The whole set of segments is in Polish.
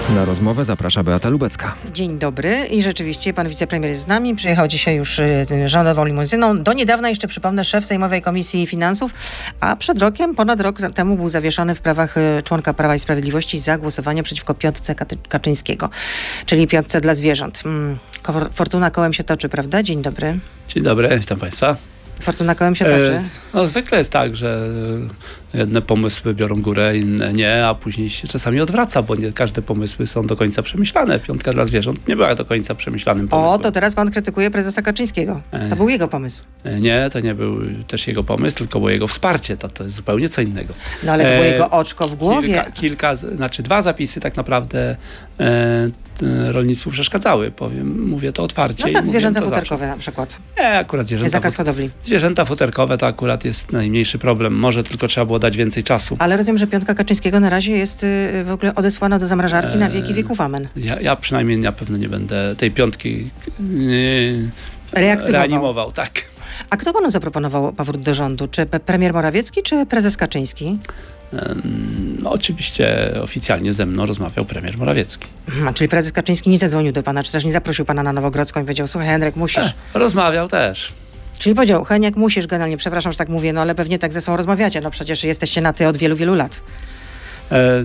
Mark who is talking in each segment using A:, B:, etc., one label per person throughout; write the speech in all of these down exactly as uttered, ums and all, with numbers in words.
A: Na rozmowę zaprasza Beata Lubecka.
B: Dzień dobry i rzeczywiście pan wicepremier jest z nami. Przyjechał dzisiaj już y, rządową limuzyną. Do niedawna jeszcze, przypomnę, szef Sejmowej Komisji Finansów, a przed rokiem, ponad rok temu był zawieszony w prawach y, członka Prawa i Sprawiedliwości za głosowanie przeciwko piątce Kaczyńskiego, czyli piątce dla zwierząt. Mm, fortuna kołem się toczy, prawda? Dzień dobry.
C: Dzień dobry, witam państwa.
B: Fortuna kołem się toczy.
C: E, no zwykle jest tak, że jedne pomysły biorą górę, inne nie, a później się czasami odwraca, bo nie każde pomysły są do końca przemyślane. Piątka dla zwierząt nie była do końca przemyślanym pomysłem.
B: O, to teraz pan krytykuje prezesa Kaczyńskiego. To e, był jego pomysł.
C: E, nie, to nie był też jego pomysł, tylko było jego wsparcie. To, to jest zupełnie co innego.
B: No ale to było e, jego oczko w głowie.
C: Kilka, kilka, znaczy dwa zapisy tak naprawdę e, rolnictwu przeszkadzały, powiem, mówię to otwarcie.
B: No tak, zwierzęta
C: to
B: futerkowe
C: zawsze.
B: na przykład.
C: Nie, akurat zwierzęta.
B: Zakaz hodowli.
C: Zwierzęta futerkowe to akurat jest najmniejszy problem. Może tylko trzeba było dać więcej czasu.
B: Ale rozumiem, że piątka Kaczyńskiego na razie jest y, w ogóle odesłana do zamrażarki eee, na wieki wieków, amen.
C: Ja, ja przynajmniej na pewno nie będę tej piątki yy, reanimował, tak.
B: A kto panu zaproponował powrót do rządu? Czy premier Morawiecki, czy prezes Kaczyński?
C: No, oczywiście oficjalnie ze mną rozmawiał premier Morawiecki.
B: Hmm, czyli prezes Kaczyński nie zadzwonił do pana, czy też nie zaprosił pana na Nowogrodzką i powiedział: słuchaj, Henryk, musisz.
C: E, rozmawiał też.
B: Czyli powiedział: Heniek, musisz generalnie, przepraszam, że tak mówię, no ale pewnie tak ze sobą rozmawiacie, no przecież jesteście na ty od wielu, wielu lat. E,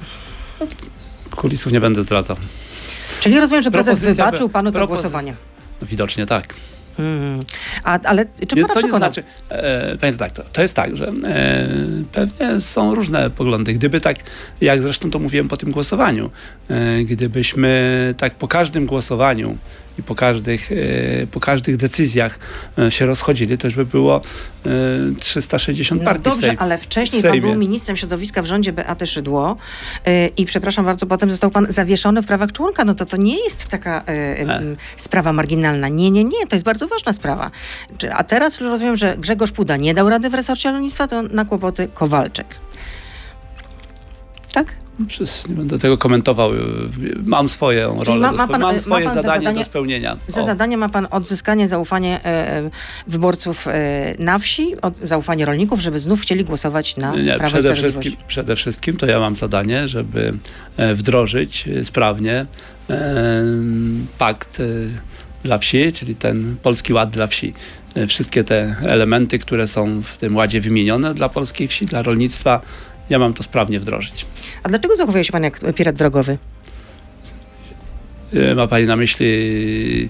C: kulisów nie będę zdradzał.
B: Czyli rozumiem, że prezes
C: Propozycja
B: wybaczył panu
C: by,
B: to głosowanie.
C: Widocznie tak.
B: Hmm. A, ale czy pana
C: to nie
B: przekonał?
C: znaczy, e, panie redaktor, to jest tak, że e, pewnie są różne poglądy. Gdyby tak, jak zresztą to mówiłem po tym głosowaniu, e, gdybyśmy tak po każdym głosowaniu i po każdych, e, po każdych decyzjach e, się rozchodzili, to już by było e, trzysta sześćdziesiąt partii.
B: No dobrze,
C: w Sejmie,
B: ale wcześniej pan był ministrem środowiska w rządzie Beaty Szydło e, i przepraszam bardzo, potem został pan zawieszony w prawach członka. No to to nie jest taka e, e, sprawa marginalna. Nie, nie, nie, to jest bardzo ważna sprawa. A teraz już rozumiem, że Grzegorz Puda nie dał rady w resorcie rolnictwa, to na kłopoty Kowalczyk. Tak?
C: Nie będę tego komentował. Mam swoją rolę, ma, ma pan, mam swoje ma zadanie, zadanie do spełnienia.
B: Za
C: o.
B: zadanie ma pan odzyskanie zaufania e, wyborców e, na wsi, od, zaufanie rolników, żeby znów chcieli głosować na
C: nie,
B: Prawo i
C: przede
B: Sprawiedliwość.
C: wszystkim, przede wszystkim to ja mam zadanie, żeby e, wdrożyć sprawnie e, pakt e, dla wsi, czyli ten Polski Ład dla wsi. E, wszystkie te elementy, które są w tym ładzie wymienione dla polskiej wsi, dla rolnictwa, ja mam to sprawnie wdrożyć.
B: A dlaczego zachowuje się pan jak pirat drogowy?
C: Ma pani na myśli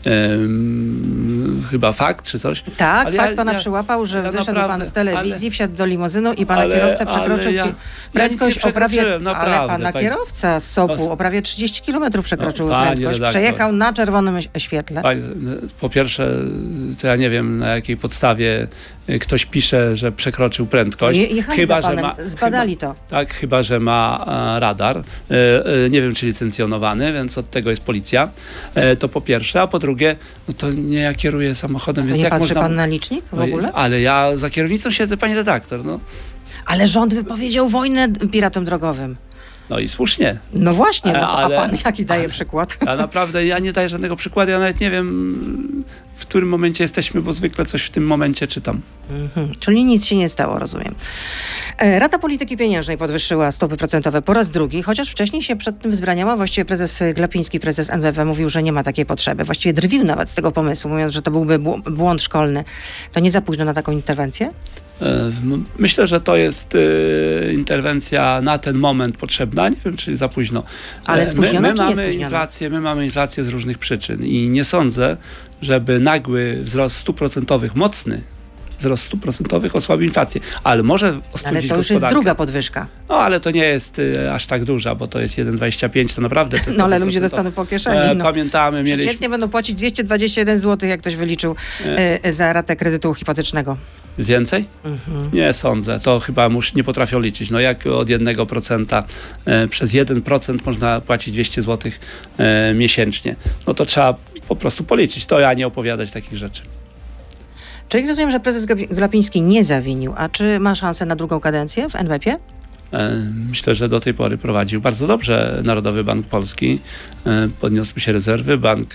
C: um, chyba fakt, czy coś?
B: Tak,
C: ale
B: fakt
C: ja,
B: pana
C: ja,
B: przyłapał, że
C: ja
B: wyszedł
C: naprawdę,
B: pan z telewizji,
C: ale,
B: wsiadł do limuzynu i pana
C: ale,
B: kierowca przekroczył
C: ja,
B: prędkość
C: ja
B: o prawie...
C: naprawdę,
B: ale pana
C: pani,
B: kierowca z Sopu o prawie trzydzieści kilometrów przekroczył
C: no,
B: prędkość,
C: redaktor,
B: przejechał na czerwonym świetle.
C: Pani, po pierwsze, to ja nie wiem, na jakiej podstawie ktoś pisze, że przekroczył prędkość.
B: Je,
C: chyba,
B: za panem,
C: że ma,
B: zbadali
C: chyba,
B: to.
C: Tak, chyba, że ma e, radar. E, e, nie wiem, czy licencjonowany, więc od tego jest policja. E, to po pierwsze, a po drugie, no to nie ja kieruję samochodem,
B: to
C: więc
B: nie
C: jak
B: patrzy
C: można...
B: pan na licznik w ogóle?
C: Ale ja za kierownicą siedzę, pani redaktor, no.
B: Ale rząd wypowiedział wojnę piratom drogowym.
C: No i słusznie.
B: No właśnie, no to,
C: ale,
B: a pan jaki daje przykład?
C: Ja naprawdę, ja nie daję żadnego przykładu, ja nawet nie wiem, w którym momencie jesteśmy, bo zwykle coś w tym momencie czytam.
B: Mhm. Czyli nic się nie stało, rozumiem. Rada Polityki Pieniężnej podwyższyła stopy procentowe po raz drugi, chociaż wcześniej się przed tym wzbraniała. Właściwie prezes Glapiński, prezes N B P mówił, że nie ma takiej potrzeby. Właściwie drwił nawet z tego pomysłu, mówiąc, że to byłby błąd szkolny. To nie za późno na taką interwencję?
C: Myślę, że to jest y, interwencja na ten moment potrzebna. Nie wiem, czy za późno.
B: Ale spóźniona,
C: my, my
B: czy nie
C: mamy
B: spóźniona?
C: inflację, my mamy inflację z różnych przyczyn i nie sądzę, żeby nagły wzrost stóp procentowych, mocny wzrost stóp procentowych osłabił inflację. Ale może ostudzić gospodarkę.
B: Ale to już jest druga podwyżka.
C: No, ale to nie jest y, aż tak duża, bo to jest jeden przecinek dwadzieścia pięć, to naprawdę... To
B: no, ale ludzie dostaną po kieszeni.
C: E,
B: no.
C: Pamiętamy, mieliśmy...
B: Przeciętnie będą płacić dwieście dwadzieścia jeden złotych, jak ktoś wyliczył e, za ratę kredytu hipotecznego.
C: Więcej? Mhm. Nie sądzę. To chyba mus, nie potrafią liczyć. No jak od jednego procenta e, przez jeden procent można płacić dwieście złotych e, miesięcznie. No to trzeba po prostu policzyć. To ja nie opowiadać takich rzeczy.
B: Czyli rozumiem, że prezes Glapiński nie zawinił. A czy ma szansę na drugą kadencję w N B P ie?
C: Myślę, że do tej pory prowadził bardzo dobrze Narodowy Bank Polski. podniosły się rezerwy, bank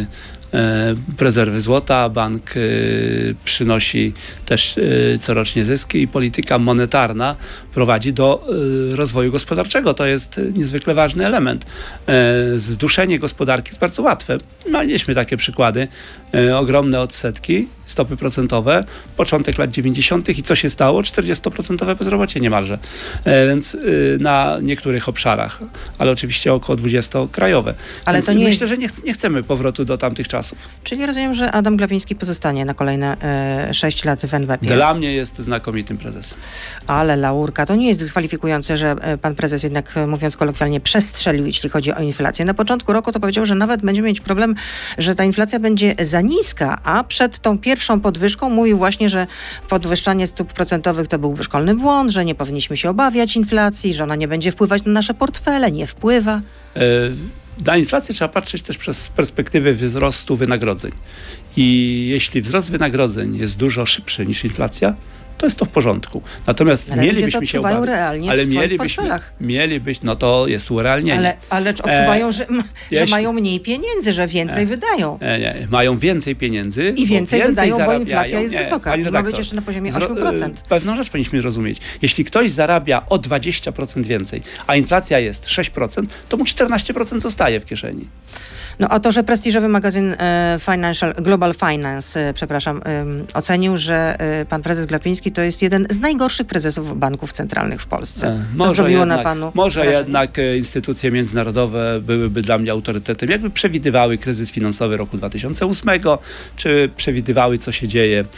C: rezerwy złota, bank przynosi też corocznie zyski i polityka monetarna prowadzi do rozwoju gospodarczego. To jest niezwykle ważny element. Zduszenie gospodarki jest bardzo łatwe. Mieliśmy takie przykłady. Ogromne odsetki, stopy procentowe, początek lat dziewięćdziesiątych i co się stało? czterdziestoprocentowe bezrobocie niemalże. Więc na niektórych obszarach, ale oczywiście około dwudziestokrajowe.
B: Ale
C: Więc
B: to nie...
C: Myślę, że nie, ch- nie chcemy powrotu do tamtych czasów.
B: Czyli rozumiem, że Adam Glapiński pozostanie na kolejne e, sześć lat w N B P.
C: Dla mnie jest znakomitym prezesem.
B: Ale laurka, to nie jest dyskwalifikujące, że e, pan prezes jednak, e, mówiąc kolokwialnie, przestrzelił, jeśli chodzi o inflację. Na początku roku to powiedział, że nawet będziemy mieć problem, że ta inflacja będzie za niska, a przed tą pierwszą podwyżką mówił właśnie, że podwyższanie stóp procentowych to byłby szkolny błąd, że nie powinniśmy się obawiać inflacji, że ona nie będzie wpływać na nasze portfele, nie wpływa.
C: E, Na inflację trzeba patrzeć też przez perspektywę wzrostu wynagrodzeń. I jeśli wzrost wynagrodzeń jest dużo szybszy niż inflacja, to jest to w porządku. Natomiast
B: Ale
C: mielibyśmy
B: ludzie to
C: się
B: odczuwają
C: obawiać.
B: realnie
C: ale
B: w swoich
C: mielibyśmy,
B: portfelach.
C: mielibyśmy, no to jest urealnienie.
B: Ale, ale odczuwają,
C: E,
B: że, że
C: jeśli-
B: mają mniej pieniędzy, że więcej
C: E,
B: wydają.
C: E, nie, mają więcej pieniędzy.
B: I
C: bo
B: więcej wydają, bo
C: zarabiają.
B: inflacja jest
C: Nie,
B: wysoka.
C: pani
B: I ma
C: redaktor,
B: być jeszcze na poziomie
C: zro-
B: osiem procent.
C: e, Pewną rzecz powinniśmy zrozumieć. Jeśli ktoś zarabia o dwadzieścia procent więcej, a inflacja jest sześć procent, to mu czternaście procent zostaje w kieszeni.
B: No o to, że prestiżowy magazyn e, Financial, Global Finance, e, przepraszam, e, ocenił, że e, pan prezes Glapiński to jest jeden z najgorszych prezesów banków centralnych w Polsce.
C: E,
B: To zrobiło
C: jednak,
B: na panu
C: Może
B: wrażenie?
C: jednak e, instytucje międzynarodowe byłyby dla mnie autorytetem. Jakby przewidywały kryzys finansowy roku dwa tysiące ósmego, czy przewidywały, co się dzieje e,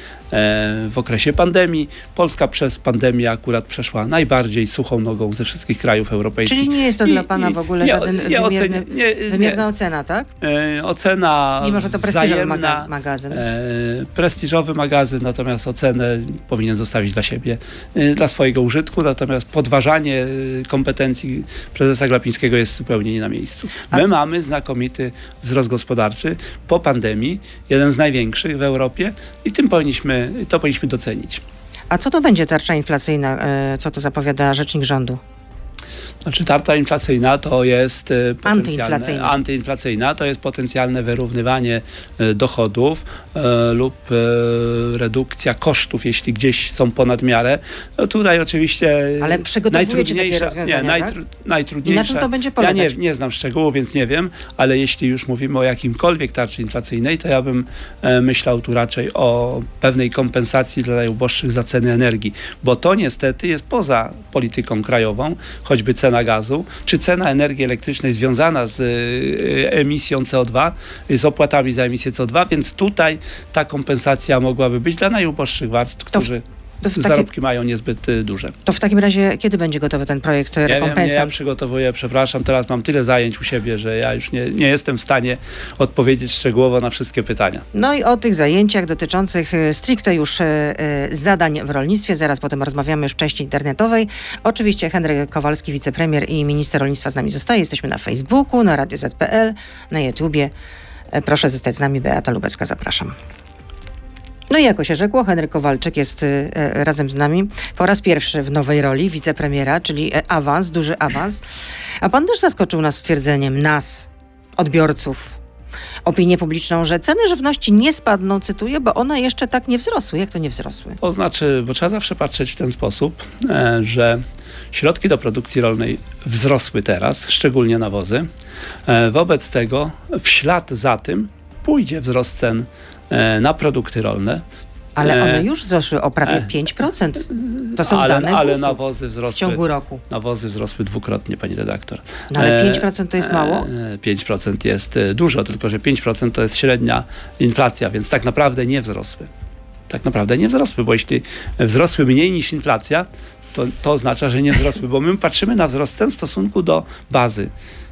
C: w okresie pandemii. Polska przez pandemię akurat przeszła najbardziej suchą nogą ze wszystkich krajów europejskich.
B: Czyli nie jest to
C: I-
B: dla pana
C: i
B: w ogóle
C: nie-
B: żaden
C: nie
B: wymierny,
C: oceni- nie- nie.
B: wymierna ocena, tak?
C: E, ocena
B: Mimo, że to prestiżowy
C: wzajemna,
B: maga- magazyn.
C: E, prestiżowy magazyn, natomiast ocenę powinien zostawić dla siebie, e, dla swojego użytku, natomiast podważanie e, kompetencji prezesa Glapińskiego jest zupełnie nie na miejscu. My
B: A-
C: mamy znakomity wzrost gospodarczy po pandemii, jeden z największych w Europie i tym powinniśmy, to powinniśmy docenić.
B: A co to będzie tarcza inflacyjna, e, co to zapowiada rzecznik rządu?
C: Znaczy tarcza inflacyjna to jest e, potencjalne,
B: Antyinflacyjna.
C: antyinflacyjna, to jest potencjalne wyrównywanie e, dochodów e, lub e, redukcja kosztów, jeśli gdzieś są ponad miarę. No tutaj oczywiście
B: Ale przygotowujecie takie
C: najtrudniejsza,
B: rozwiązania,
C: nie, najtru,
B: tak?
C: najtrudniejsza.
B: I na czym to będzie
C: Ja
B: polegać?
C: nie, nie znam szczegółów, więc nie wiem, ale jeśli już mówimy o jakimkolwiek tarczy inflacyjnej, to ja bym e, myślał tu raczej o pewnej kompensacji dla najuboższych za ceny energii, bo to niestety jest poza polityką krajową, choćby cena gazu, czy cena energii elektrycznej związana z y, emisją C O dwa, z opłatami za emisję C O dwa, więc tutaj ta kompensacja mogłaby być dla najuboższych warstw,
B: To w-
C: którzy
B: To w, taki,
C: zarobki mają niezbyt y, duże.
B: to w takim razie kiedy będzie gotowy ten projekt
C: Nie wiem, nie,
B: rekompensat?
C: ja przygotowuję, przepraszam, teraz mam tyle zajęć u siebie, że ja już nie, nie jestem w stanie odpowiedzieć szczegółowo na wszystkie pytania.
B: No i o tych zajęciach dotyczących e, stricte już e, e, zadań w rolnictwie. Zaraz potem rozmawiamy już w części internetowej. Oczywiście Henryk Kowalski, wicepremier i minister rolnictwa z nami zostaje. Jesteśmy na Facebooku, na Radio Z kropka P L, na YouTubie. E, Proszę zostać z nami. Beata Lubecka, zapraszam. No i jako się rzekło, Henryk Kowalczyk jest e, razem z nami po raz pierwszy w nowej roli wicepremiera, czyli e, awans, duży awans. A pan też zaskoczył nas stwierdzeniem, nas, odbiorców, opinię publiczną, że ceny żywności nie spadną, cytuję, bo one jeszcze tak nie wzrosły. Jak to nie wzrosły?
C: To znaczy, bo trzeba zawsze patrzeć w ten sposób, e, że środki do produkcji rolnej wzrosły teraz, szczególnie nawozy. E, wobec tego w ślad za tym pójdzie wzrost cen e, na produkty rolne.
B: Ale one
C: E,
B: już wzrosły o prawie
C: e,
B: pięć procent. To są
C: ale,
B: dane
C: ale
B: gusu
C: nawozy
B: w
C: wzrosły.
B: ciągu roku.
C: Nawozy wzrosły dwukrotnie, pani redaktor.
B: No ale
C: E,
B: pięć procent to jest mało?
C: e, pięć procent jest e, dużo, tylko że pięć procent to jest średnia inflacja, więc tak naprawdę nie wzrosły. Tak naprawdę nie wzrosły, bo jeśli wzrosły mniej niż inflacja, to, to oznacza, że nie wzrosły, bo my patrzymy na wzrost cen w stosunku do bazy.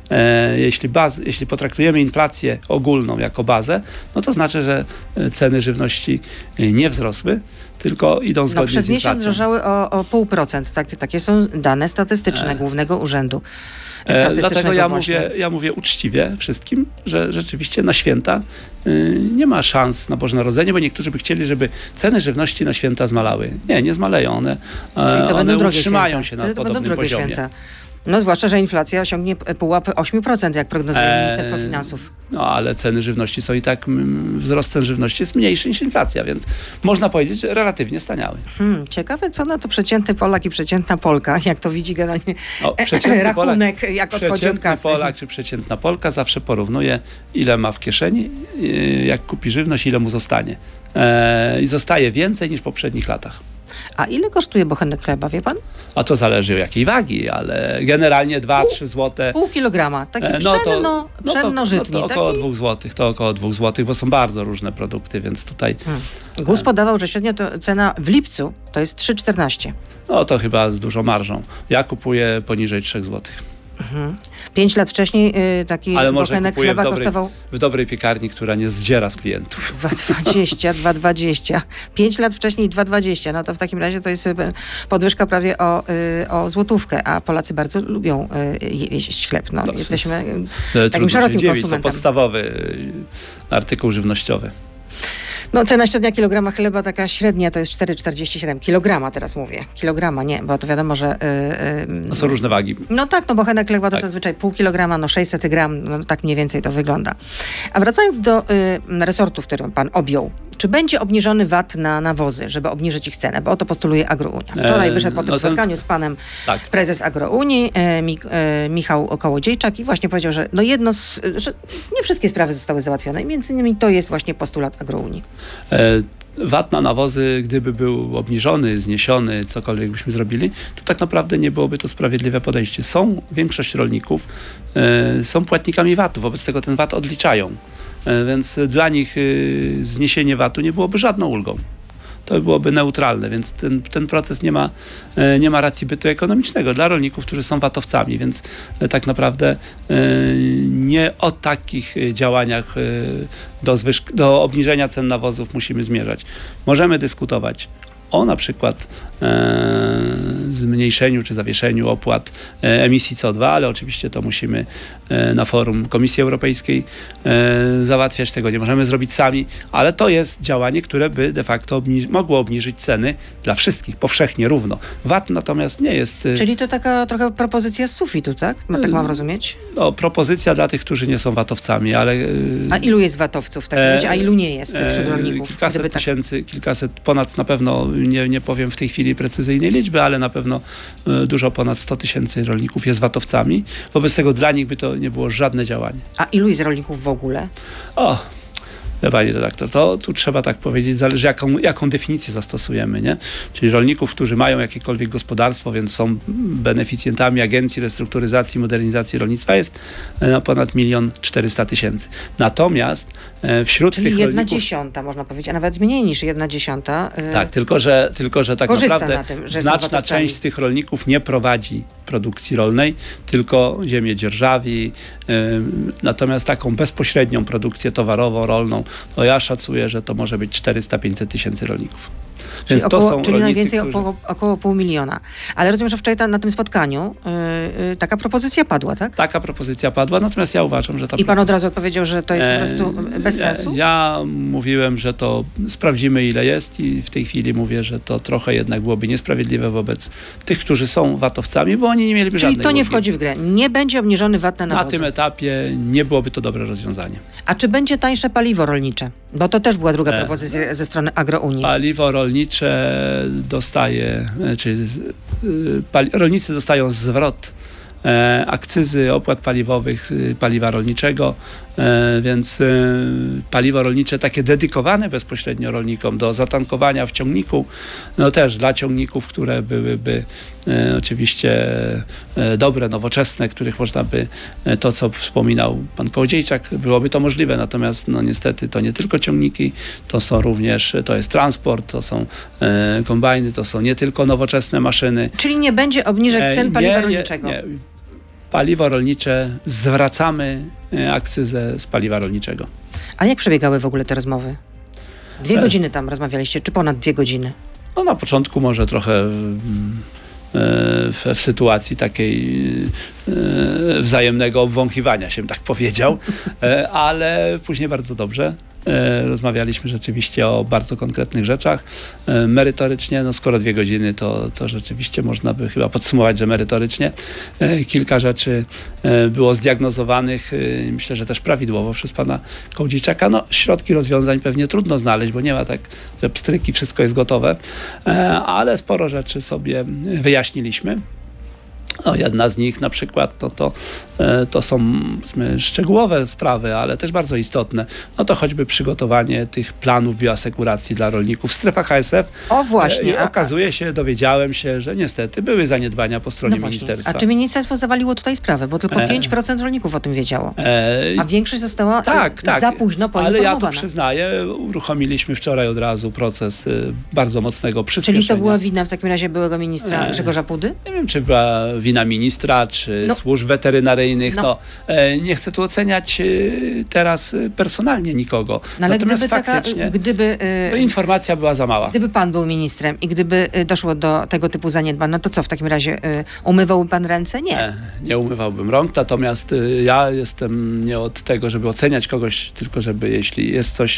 C: E, jeśli, baz, jeśli potraktujemy inflację ogólną jako bazę, no to znaczy, że e, ceny żywności e, nie wzrosły, tylko idą
B: No
C: zgodnie
B: przez
C: z
B: miesiąc
C: inflacją.
B: drożały o, o pół procent. Tak, takie są dane statystyczne
C: E.
B: Głównego Urzędu
C: E,
B: Statystycznego.
C: dlatego ja
B: właśnie.
C: mówię, ja mówię uczciwie wszystkim, że rzeczywiście na święta y, nie ma szans na Boże Narodzenie, bo niektórzy by chcieli, żeby ceny żywności na święta zmalały. Nie, nie zmaleją. One,
B: Czyli to
C: e,
B: będą
C: one
B: drogie
C: utrzymają
B: święta.
C: się na
B: Czyli to będą
C: podobnym
B: drogie
C: poziomie.
B: święta. No zwłaszcza, że inflacja osiągnie pułap osiem procent, jak prognozuje
C: Eee,
B: Ministerstwo Finansów.
C: No ale ceny żywności są i tak, mm, wzrost cen żywności jest mniejszy niż inflacja, więc można powiedzieć, że relatywnie staniały.
B: Hmm, ciekawe, co na to przeciętny Polak i przeciętna Polka, jak to widzi generalnie
C: O, przeciętny
B: rachunek,
C: Polak,
B: jak odchodzi od
C: przeciętny
B: kasy.
C: Polak czy przeciętna Polka zawsze porównuje, ile ma w kieszeni, yy, jak kupi żywność, ile mu zostanie. Eee, I zostaje więcej niż w poprzednich latach.
B: A ile kosztuje bochenek chleba, wie pan?
C: A to zależy o jakiej wagi, ale generalnie dwa trzy złote.
B: Pół kilograma, taki
C: E,
B: pszenno,
C: no to,
B: pszenno-żytni.
C: no to około
B: taki...
C: dwóch złotych, to około dwóch złotych, bo są bardzo różne produkty, więc tutaj
B: Hmm. GUS podawał, że średnia to cena w lipcu to jest trzy czternaście.
C: no to chyba z dużą marżą. Ja kupuję poniżej trzech złotych.
B: Mhm. Pięć lat wcześniej y, taki
C: Ale może
B: bochenek
C: kupuję w
B: chleba
C: dobrej,
B: kosztował
C: w dobrej piekarni, która nie zdziera z klientów.
B: dwa dwadzieścia, dwa dwadzieścia. Pięć lat wcześniej dwa dwadzieścia. No to w takim razie to jest y, podwyżka prawie o, y, o złotówkę, a Polacy bardzo lubią y, jeść chleb. No,
C: To-
B: jesteśmy y,
C: Trudno
B: takim
C: się
B: szerokim
C: dziwić, to
B: konsumentem.
C: podstawowy y, artykuł żywnościowy.
B: No cena średnia kilograma chleba, taka średnia to jest cztery czterdzieści siedem. Kilograma teraz mówię. Kilograma, nie, bo to wiadomo, że... y, y,
C: No są różne wagi.
B: No tak, no bochenek chleba to
C: Tak.
B: zazwyczaj pół kilograma, no sześćset gram, no tak mniej więcej to wygląda. A wracając do y, resortu, w którym pan objął, czy będzie obniżony V A T na nawozy, żeby obniżyć ich cenę? Bo o to postuluje Agrounia. Wczoraj
C: E,
B: wyszedł po tym
C: no ten-
B: spotkaniu z panem
C: Tak.
B: prezes Agrounii, e, Mi, e, Michał Kołodziejczak, i właśnie powiedział, że no jedno z, że nie wszystkie sprawy zostały załatwione i między innymi to jest właśnie postulat Agrounii.
C: E, V A T na nawozy, gdyby był obniżony, zniesiony, cokolwiek byśmy zrobili, to tak naprawdę nie byłoby to sprawiedliwe podejście. Są, większość rolników e, są płatnikami V A T-u, wobec tego ten V A T odliczają. E, więc dla nich e, zniesienie V A T-u nie byłoby żadną ulgą. To byłoby neutralne, więc ten, ten proces nie ma, e, nie ma racji bytu ekonomicznego dla rolników, którzy są vatowcami, więc e, tak naprawdę e, nie o takich e, działaniach e, do, zwyżk- do obniżenia cen nawozów musimy zmierzać. Możemy dyskutować o na przykład e, zmniejszeniu czy zawieszeniu opłat e, emisji C O dwa, ale oczywiście to musimy e, na forum Komisji Europejskiej e, załatwiać. Tego nie możemy zrobić sami, ale to jest działanie, które by de facto obniż- mogło obniżyć ceny dla wszystkich, powszechnie, równo. V A T natomiast nie jest e,
B: Czyli to taka trochę propozycja z sufitu, tak? Ma- Tak mam rozumieć?
C: no, propozycja dla tych, którzy nie są vatowcami, ale e,
B: A ilu jest vatowców w takim razie, a ilu nie jest wśród rolników?
C: Kilkaset
B: Gdyby tak-
C: tysięcy, kilkaset, ponad na pewno, nie, nie powiem w tej chwili precyzyjnej liczby, ale na pewno e, dużo ponad sto tysięcy rolników jest vatowcami. Wobec tego dla nich by to nie było żadne działanie.
B: A ilu jest rolników w ogóle?
C: O, pani redaktor, to tu trzeba tak powiedzieć, zależy jaką, jaką definicję zastosujemy, nie? Czyli rolników, którzy mają jakiekolwiek gospodarstwo, więc są beneficjentami Agencji Restrukturyzacji i Modernizacji Rolnictwa, jest e, na ponad milion czterysta tysięcy. Natomiast e, wśród
B: Czyli
C: tych
B: jedna
C: rolników...
B: dziesiąta, można powiedzieć, a nawet mniej niż jedna dziesiąta. y,
C: Tak, tylko że, tylko, że tak
B: korzysta
C: naprawdę
B: na tym, że są
C: znaczna
B: vatowcami.
C: część z tych rolników nie prowadzi produkcji rolnej, tylko ziemię dzierżawi. Ym, natomiast taką bezpośrednią produkcję towarową, rolną, to ja szacuję, że to może być czterysta do pięciuset tysięcy rolników.
B: Czyli,
C: Więc to
B: około,
C: są
B: czyli
C: rolnicy,
B: najwięcej
C: którzy...
B: około, około pół miliona. Ale rozumiem, że wczoraj ta, na tym spotkaniu y, y, taka propozycja padła, tak?
C: Taka propozycja padła, natomiast ja uważam, że ta
B: I pan od razu odpowiedział, że to jest po
C: E,
B: prostu bez
C: ja,
B: sensu?
C: Ja mówiłem, że to sprawdzimy, ile jest, i w tej chwili mówię, że to trochę jednak byłoby niesprawiedliwe wobec tych, którzy są vatowcami, bo oni nie mieliby
B: Czyli
C: żadnej
B: to nie
C: ulgi.
B: wchodzi w grę. Nie będzie obniżony V A T na
C: Na
B: nawozy.
C: tym etapie nie byłoby to dobre rozwiązanie.
B: A czy będzie tańsze paliwo rolnicze? Bo to też była druga
C: E.
B: propozycja ze strony Agrounii.
C: Paliwo rolnicze dostaje, e, czyli y, pali, rolnicy dostają zwrot e, akcyzy, opłat paliwowych, y, paliwa rolniczego, e, więc e, paliwo rolnicze takie dedykowane bezpośrednio rolnikom do zatankowania w ciągniku, no też dla ciągników, które byłyby e, oczywiście e, dobre, nowoczesne, których można by, e, to co wspominał pan Kołodziejczak, byłoby to możliwe, natomiast no niestety to nie tylko ciągniki, to są również, to jest transport, to są e, kombajny, to są nie tylko nowoczesne maszyny.
B: Czyli nie będzie obniżek
C: E,
B: cen paliwa
C: nie,
B: rolniczego?
C: Nie, nie. Paliwo rolnicze, zwracamy e, akcyzę z paliwa rolniczego.
B: A jak przebiegały w ogóle te rozmowy? Dwie
C: E.
B: godziny tam rozmawialiście, czy ponad dwie godziny?
C: No na początku może trochę mm, e, w, w sytuacji takiej e, wzajemnego obwąchiwania się, tak powiedział, e, ale później bardzo dobrze. Rozmawialiśmy rzeczywiście o bardzo konkretnych rzeczach. Merytorycznie, no skoro dwie godziny, to, to rzeczywiście można by chyba podsumować, że merytorycznie kilka rzeczy było zdiagnozowanych, myślę, że też prawidłowo przez pana Kołodziejczaka. No środki rozwiązań pewnie trudno znaleźć, bo nie ma tak, że pstryki, wszystko jest gotowe, ale sporo rzeczy sobie wyjaśniliśmy. No, jedna z nich na przykład to, to, to są szczegółowe sprawy, ale też bardzo istotne. No to choćby przygotowanie tych planów bioasekuracji dla rolników w strefach H S F.
B: O właśnie.
C: I okazuje się, dowiedziałem się, że niestety były zaniedbania po stronie
B: no
C: ministerstwa.
B: A czy ministerstwo zawaliło tutaj sprawę? Bo tylko
C: e...
B: pięć procent rolników o tym wiedziało.
C: E...
B: A większość została
C: tak, tak.
B: za późno poinformowana.
C: Ale ja tu przyznaję, uruchomiliśmy wczoraj od razu proces bardzo mocnego przyspieszenia.
B: Czyli to była wina w takim razie byłego ministra e... Grzegorza Pudy?
C: Nie wiem, czy była wina ministra, czy no. służb weterynaryjnych. No. No, e, nie chcę tu oceniać e, teraz personalnie nikogo.
B: No, ale
C: Natomiast
B: gdyby
C: faktycznie
B: taka, gdyby,
C: e, informacja była za mała.
B: Gdyby pan był ministrem i gdyby doszło do tego typu zaniedbań, no to co w takim razie? E, umywałby pan ręce? Nie. E,
C: nie umywałbym rąk, natomiast e, ja jestem nie od tego, żeby oceniać kogoś, tylko żeby jeśli jest coś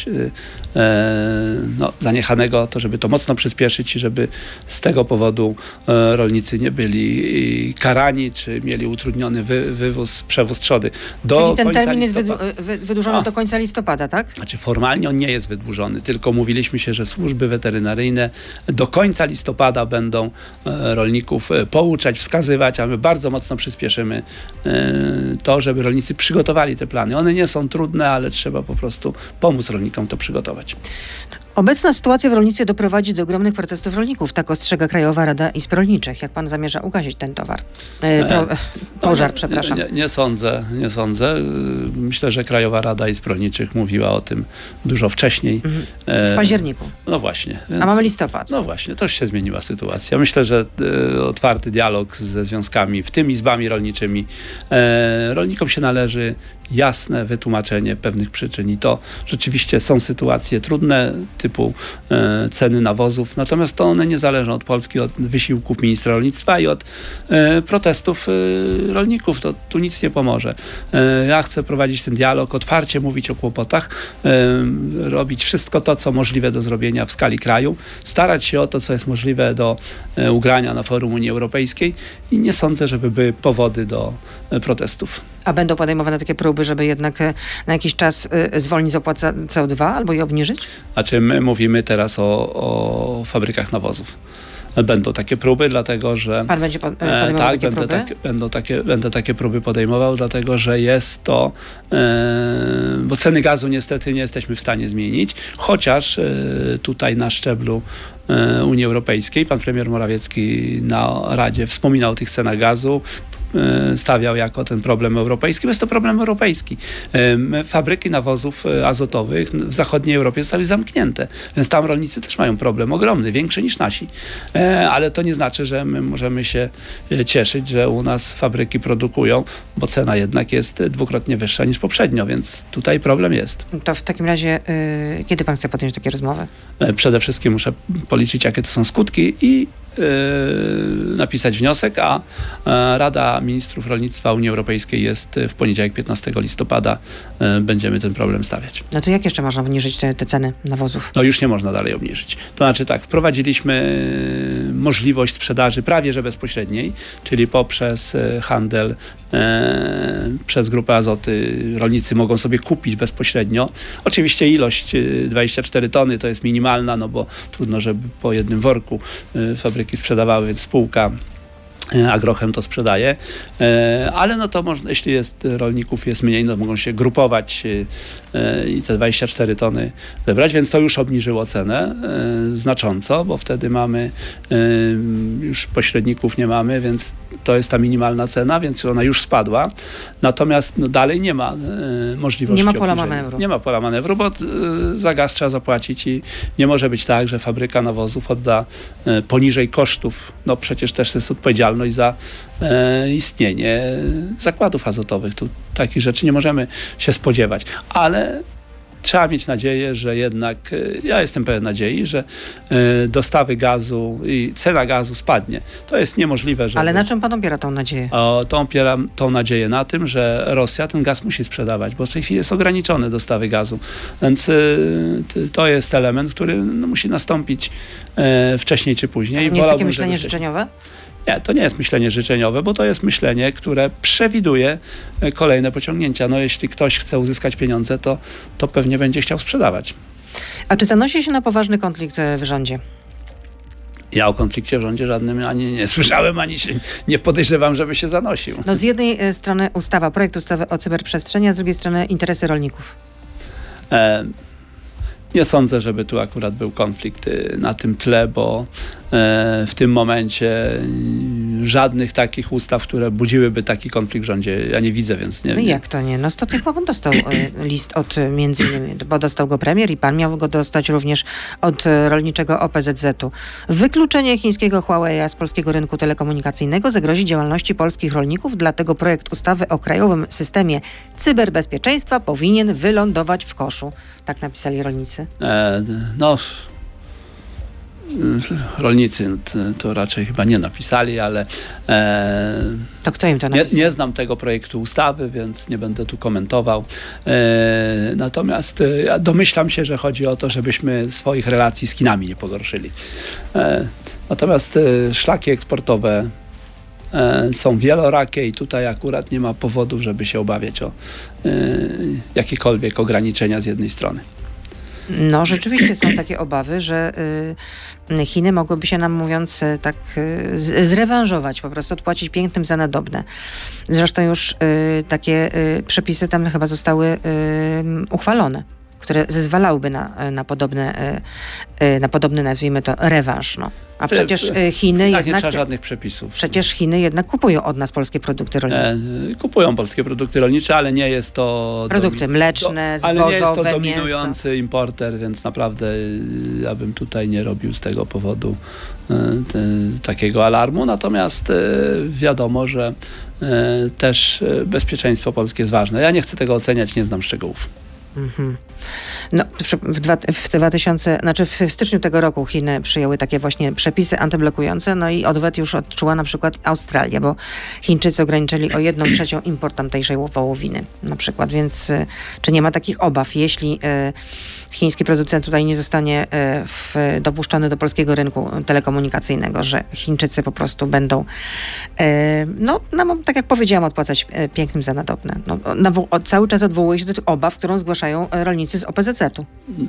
C: e, no, zaniechanego, to żeby to mocno przyspieszyć i żeby z tego powodu e, rolnicy nie byli karani, czy mieli utrudniony wy, wywóz, przewóz trzody. Do
B: Czyli ten
C: końca
B: termin jest
C: listopada.
B: wydłu- wydłużony o. do końca listopada, tak?
C: Znaczy formalnie on nie jest wydłużony, tylko mówiliśmy się, że służby weterynaryjne do końca listopada będą e, rolników e, pouczać, wskazywać, a my bardzo mocno przyspieszymy e, to, żeby rolnicy przygotowali te plany. One nie są trudne, ale trzeba po prostu pomóc rolnikom to przygotować.
B: Obecna sytuacja w rolnictwie doprowadzi do ogromnych protestów rolników. Tak ostrzega Krajowa Rada Izb Rolniczych. Jak pan zamierza ugasić ten towar? E, pro, e, pożar,
C: no, nie,
B: przepraszam.
C: Nie, nie, nie sądzę, nie sądzę. Myślę, że Krajowa Rada Izb Rolniczych mówiła o tym dużo wcześniej.
B: W październiku.
C: E, no właśnie.
B: Więc, a mamy listopad.
C: No właśnie, to już się zmieniła sytuacja. Myślę, że e, otwarty dialog ze związkami, w tym izbami rolniczymi, e, rolnikom się należy jasne wytłumaczenie pewnych przyczyn i to rzeczywiście są sytuacje trudne, typu e, ceny nawozów, natomiast to one nie zależą od Polski, od wysiłków ministra rolnictwa i od e, protestów e, rolników. To tu nic nie pomoże. E, ja chcę prowadzić ten dialog, otwarcie mówić o kłopotach, e, robić wszystko to, co możliwe do zrobienia w skali kraju, starać się o to, co jest możliwe do e, ugrania na forum Unii Europejskiej i nie sądzę, żeby były powody do e, protestów.
B: A będą podejmowane takie próby, żeby jednak na jakiś czas y, zwolnić z opłat za C O dwa albo je obniżyć?
C: Znaczy my mówimy teraz o, o fabrykach nawozów. Będą takie próby, dlatego że...
B: Pan będzie pod, podejmował
C: e, tak,
B: takie
C: będę
B: próby?
C: Tak, będą takie, będę takie próby podejmował, dlatego że jest to... E, bo ceny gazu niestety nie jesteśmy w stanie zmienić, chociaż e, tutaj na szczeblu e, Unii Europejskiej pan premier Morawiecki na Radzie wspominał o tych cenach gazu, stawiał jako ten problem europejski, bo jest to problem europejski. Fabryki nawozów azotowych w zachodniej Europie zostały zamknięte, więc tam rolnicy też mają problem ogromny, większy niż nasi. Ale to nie znaczy, że my możemy się cieszyć, że u nas fabryki produkują, bo cena jednak jest dwukrotnie wyższa niż poprzednio, więc tutaj problem jest.
B: To w takim razie yy, kiedy pan chce podjąć takie rozmowy?
C: Przede wszystkim muszę policzyć, jakie to są skutki i napisać wniosek, a Rada Ministrów Rolnictwa Unii Europejskiej jest w poniedziałek piętnastego listopada. Będziemy ten problem stawiać.
B: No to jak jeszcze można obniżyć te, te ceny nawozów?
C: No już nie można dalej obniżyć. To znaczy tak, wprowadziliśmy możliwość sprzedaży prawie że bezpośredniej, czyli poprzez handel e, przez Grupę Azoty rolnicy mogą sobie kupić bezpośrednio. Oczywiście ilość dwadzieścia cztery tony to jest minimalna, no bo trudno, żeby po jednym worku e, fabryki sprzedawały, więc spółka Agrochem to sprzedaje, ale no to można, jeśli jest rolników jest mniej, no mogą się grupować i te dwadzieścia cztery tony zebrać, więc to już obniżyło cenę znacząco, bo wtedy mamy, już pośredników nie mamy, więc to jest ta minimalna cena, więc ona już spadła. Natomiast no, dalej nie ma możliwości
B: Nie ma pola
C: obniżenia.
B: manewru.
C: Nie ma pola manewru, bo za gaz trzeba zapłacić i nie może być tak, że fabryka nawozów odda poniżej kosztów. No przecież też jest odpowiedzialność za e, istnienie zakładów azotowych. Tu takich rzeczy nie możemy się spodziewać. Ale trzeba mieć nadzieję, że jednak, ja jestem pełen nadziei, że dostawy gazu i cena gazu spadnie. To jest niemożliwe, żeby...
B: Ale na czym pan opiera tą nadzieję?
C: O, to opieram tą nadzieję na tym, że Rosja ten gaz musi sprzedawać, bo w tej chwili jest ograniczone dostawy gazu. Więc to jest element, który no, musi nastąpić wcześniej czy później.
B: Nie jest takie myślenie życzeniowe?
C: Nie, to nie jest myślenie życzeniowe, bo to jest myślenie, które przewiduje kolejne pociągnięcia. No jeśli ktoś chce uzyskać pieniądze, to, to pewnie będzie chciał sprzedawać.
B: A czy zanosi się na poważny konflikt w rządzie?
C: Ja o konflikcie w rządzie żadnym ani nie słyszałem, ani się nie podejrzewam, żeby się zanosił.
B: No z jednej strony ustawa, projekt ustawy o cyberprzestrzeni, a z drugiej strony interesy rolników.
C: E, nie sądzę, żeby tu akurat był konflikt na tym tle, bo w tym momencie żadnych takich ustaw, które budziłyby taki konflikt w rządzie, ja nie widzę, więc nie wiem.
B: No jak to nie? No ostatnio chyba pan dostał list od między innymi, bo dostał go premier i pan miał go dostać również od rolniczego O P Z Z-u. Wykluczenie chińskiego Huawei'a z polskiego rynku telekomunikacyjnego zagrozi działalności polskich rolników, dlatego projekt ustawy o krajowym systemie cyberbezpieczeństwa powinien wylądować w koszu. Tak napisali rolnicy.
C: E, no... Rolnicy to, to raczej chyba nie napisali, ale e,
B: to kto im to
C: nie,
B: napisał?
C: nie znam tego projektu ustawy, więc nie będę tu komentował. E, natomiast e, ja domyślam się, że chodzi o to, żebyśmy swoich relacji z Chinami nie pogorszyli. E, natomiast e, szlaki eksportowe e, są wielorakie i tutaj akurat nie ma powodów, żeby się obawiać o e, jakiekolwiek ograniczenia z jednej strony.
B: No, rzeczywiście są takie obawy, że y, Chiny mogłyby się nam, mówiąc tak, y, z, zrewanżować, po prostu odpłacić pięknym za nadobne. Zresztą już y, takie y, przepisy tam chyba zostały y, uchwalone, które zezwalałyby na, na, podobne, y, na podobny, nazwijmy to, rewanż. No. A przecież y, Chiny
C: tak,
B: jednak...
C: nie trzeba żadnych przepisów.
B: Przecież Chiny jednak kupują od nas polskie produkty rolnicze.
C: E, kupują polskie produkty rolnicze, ale nie jest to...
B: Produkty mleczne,
C: do, ale nie jest to
B: zbożowe,
C: dominujący
B: mięso.
C: importer, więc naprawdę ja bym tutaj nie robił z tego powodu e, te, takiego alarmu. Natomiast e, wiadomo, że e, też bezpieczeństwo polskie jest ważne. Ja nie chcę tego oceniać, nie znam szczegółów.
B: Mhm. No, w, dwa, w dwa tysiące, znaczy w styczniu tego roku Chiny przyjęły takie właśnie przepisy antyblokujące, no i odwet już odczuła na przykład Australia, bo Chińczycy ograniczyli o jedną trzecią import tamtejszej wołowiny na przykład, więc czy nie ma takich obaw, jeśli e, chiński producent tutaj nie zostanie e, w, dopuszczony do polskiego rynku telekomunikacyjnego, że Chińczycy po prostu będą e, no, no, tak jak powiedziałam, odpłacać e, pięknym za nadobne. No, na, o, cały czas odwołuje się do tych obaw, którą zgłaszają rolnicy z O P Z Z-u.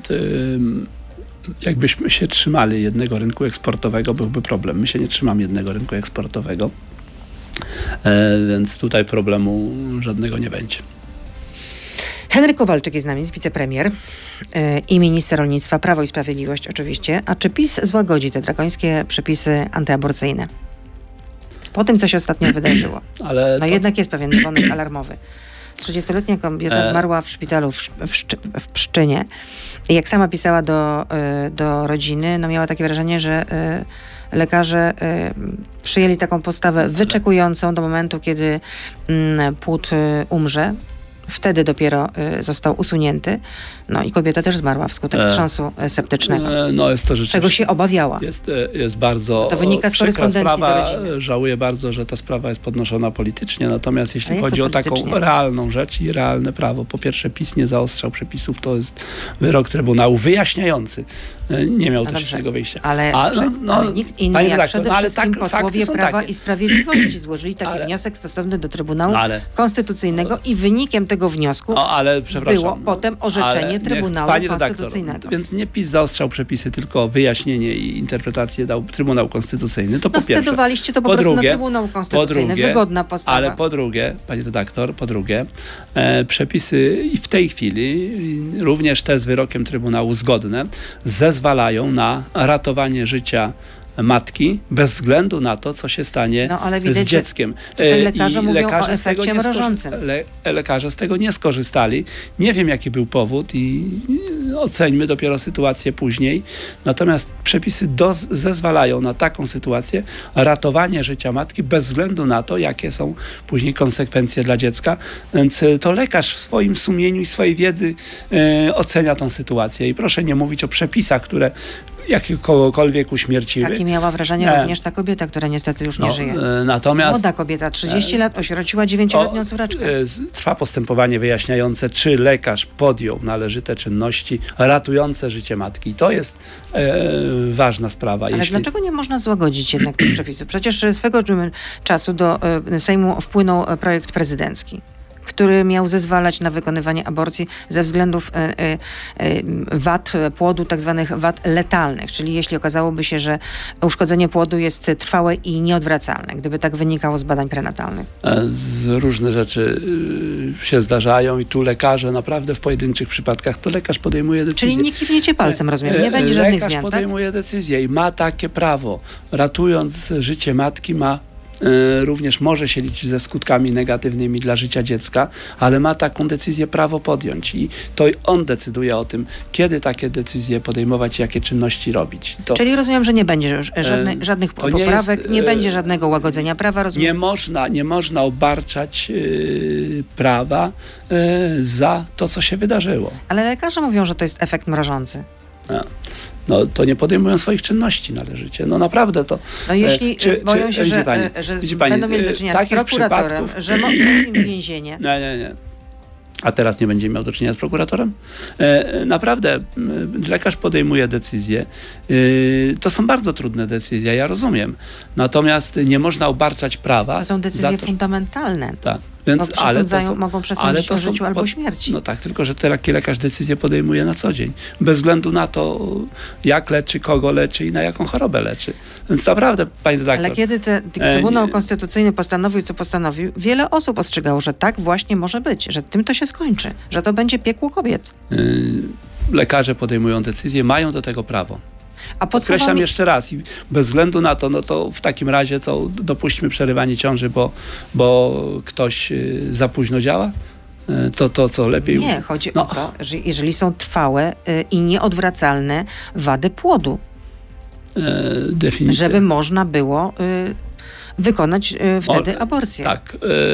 C: Jakbyśmy się trzymali jednego rynku eksportowego, byłby problem. My się nie trzymamy jednego rynku eksportowego, e, więc tutaj problemu żadnego nie będzie.
B: Henryk Kowalczyk jest z nami, jest wicepremier yy, i minister rolnictwa, Prawo i Sprawiedliwość oczywiście. A czy PiS złagodzi te drakońskie przepisy antyaborcyjne? Po tym, co się ostatnio wydarzyło. Ale no to... jednak jest pewien dzwonek alarmowy. trzydziestoletnia kobieta e... zmarła w szpitalu w, w, w Pszczynie. I jak sama pisała do, y, do rodziny, no miała takie wrażenie, że y, lekarze y, przyjęli taką postawę wyczekującą do momentu, kiedy y, płód y, umrze. Wtedy dopiero y, został usunięty. No i kobieta też zmarła wskutek wstrząsu septycznego.
C: E, no jest to rzeczywiście...
B: Czego się obawiała.
C: Jest, jest bardzo...
B: To wynika z korespondencji
C: sprawa.
B: do rodziny.
C: Żałuję bardzo, że ta sprawa jest podnoszona politycznie, natomiast jeśli chodzi o taką realną rzecz i realne prawo, po pierwsze PiS nie zaostrzał przepisów, to jest wyrok Trybunału wyjaśniający. Nie miał no też innego wyjścia.
B: Ale, A, no, no, ale nikt inny jak redaktor, przede no, wszystkim tak, posłowie Prawa takie. i Sprawiedliwości złożyli taki ale, wniosek stosowny do Trybunału ale, Konstytucyjnego i wynikiem tego wniosku no, ale, było potem orzeczenie ale, Trybunału niech, Konstytucyjnego.
C: Redaktor, więc nie PiS zaostrzał przepisy, tylko wyjaśnienie i interpretację dał Trybunał Konstytucyjny. To
B: no
C: po pierwsze.
B: Scedowaliście to po, po prostu drugie, na Trybunał Konstytucyjny. Drugie, wygodna postawa.
C: Ale po drugie, pani redaktor, po drugie, e, przepisy i w tej chwili również te z wyrokiem Trybunału zgodne zezwalają na ratowanie życia matki bez względu na to, co się stanie
B: no, ale widać,
C: z dzieckiem.
B: Tutaj lekarze I mówią lekarze o efekcie mrożącym.
C: Le, lekarze z tego nie skorzystali. Nie wiem, jaki był powód i oceńmy dopiero sytuację później. Natomiast przepisy do, zezwalają na taką sytuację, ratowanie życia matki bez względu na to, jakie są później konsekwencje dla dziecka. Więc to lekarz w swoim sumieniu i swojej wiedzy e, ocenia tą sytuację. I proszę nie mówić o przepisach, które jakiegokolwiek uśmierciły.
B: Takie miała wrażenie
C: nie.
B: również ta kobieta, która niestety już nie
C: no,
B: żyje.
C: E, natomiast
B: Młoda kobieta, trzydzieści e, lat, osierociła dziewięcioletnią córeczkę.
C: E, trwa postępowanie wyjaśniające, czy lekarz podjął należyte czynności ratujące życie matki. I to jest e, ważna sprawa.
B: Ale
C: Jeśli...
B: dlaczego nie można złagodzić jednak tych przepisów? Przecież swego czasu do e, Sejmu wpłynął projekt prezydencki, który miał zezwalać na wykonywanie aborcji ze względów e, e, wad płodu, tak zwanych wad letalnych, czyli jeśli okazałoby się, że uszkodzenie płodu jest trwałe i nieodwracalne, gdyby tak wynikało z badań prenatalnych.
C: Różne rzeczy się zdarzają i tu lekarze naprawdę w pojedynczych przypadkach to lekarz podejmuje decyzję.
B: Czyli nie kiwniecie palcem, rozumiem, nie będzie żadnych
C: lekarz
B: zmian, tak?
C: podejmuje decyzję i ma takie prawo. Ratując życie matki ma również może się liczyć ze skutkami negatywnymi dla życia dziecka, ale ma taką decyzję prawo podjąć i to on decyduje o tym, kiedy takie decyzje podejmować, jakie czynności robić. To,
B: Czyli rozumiem, że nie będzie już żadnych, żadnych
C: nie
B: poprawek,
C: jest,
B: nie będzie żadnego łagodzenia prawa, rozumiem?
C: Nie można, nie można obarczać yy, prawa yy, za to, co się wydarzyło.
B: Ale lekarze mówią, że to jest efekt mrożący.
C: No. No, to nie podejmują swoich czynności należycie. No naprawdę to...
B: No jeśli
C: czy,
B: boją
C: czy,
B: się, że,
C: pani,
B: że
C: pani,
B: będą mieli do czynienia z prokuratorem,
C: przypadków...
B: że mogą im więzienie.
C: Nie, nie, nie. A teraz nie będzie miał do czynienia z prokuratorem? E, naprawdę, lekarz podejmuje decyzje. E, to są bardzo trudne decyzje, ja rozumiem. Natomiast nie można obarczać prawa.
B: To są decyzje
C: to,
B: fundamentalne.
C: Tak. Więc,
B: bo
C: ale to są,
B: mogą przesądzić o życiu albo
C: pod,
B: śmierci.
C: No tak, tylko że taki lekarz decyzję podejmuje na co dzień. Bez względu na to, jak leczy, kogo leczy i na jaką chorobę leczy. Więc naprawdę, panie redaktor...
B: Ale kiedy te, Trybunał e, Konstytucyjny postanowił, co postanowił, wiele osób ostrzegało, że tak właśnie może być, że tym to się skończy, że to będzie piekło kobiet.
C: Yy, lekarze podejmują decyzję, mają do tego prawo.
B: A
C: Podkreślam
B: słowami...
C: jeszcze raz i bez względu na to, no to w takim razie co, dopuśćmy przerywanie ciąży, bo, bo ktoś y, za późno działa? Y, to, to co lepiej...
B: Nie, chodzi
C: no.
B: o to, że jeżeli są trwałe y, i nieodwracalne wady płodu,
C: y, definicja.
B: żeby można było y, wykonać y, wtedy
C: o,
B: aborcję.
C: Tak.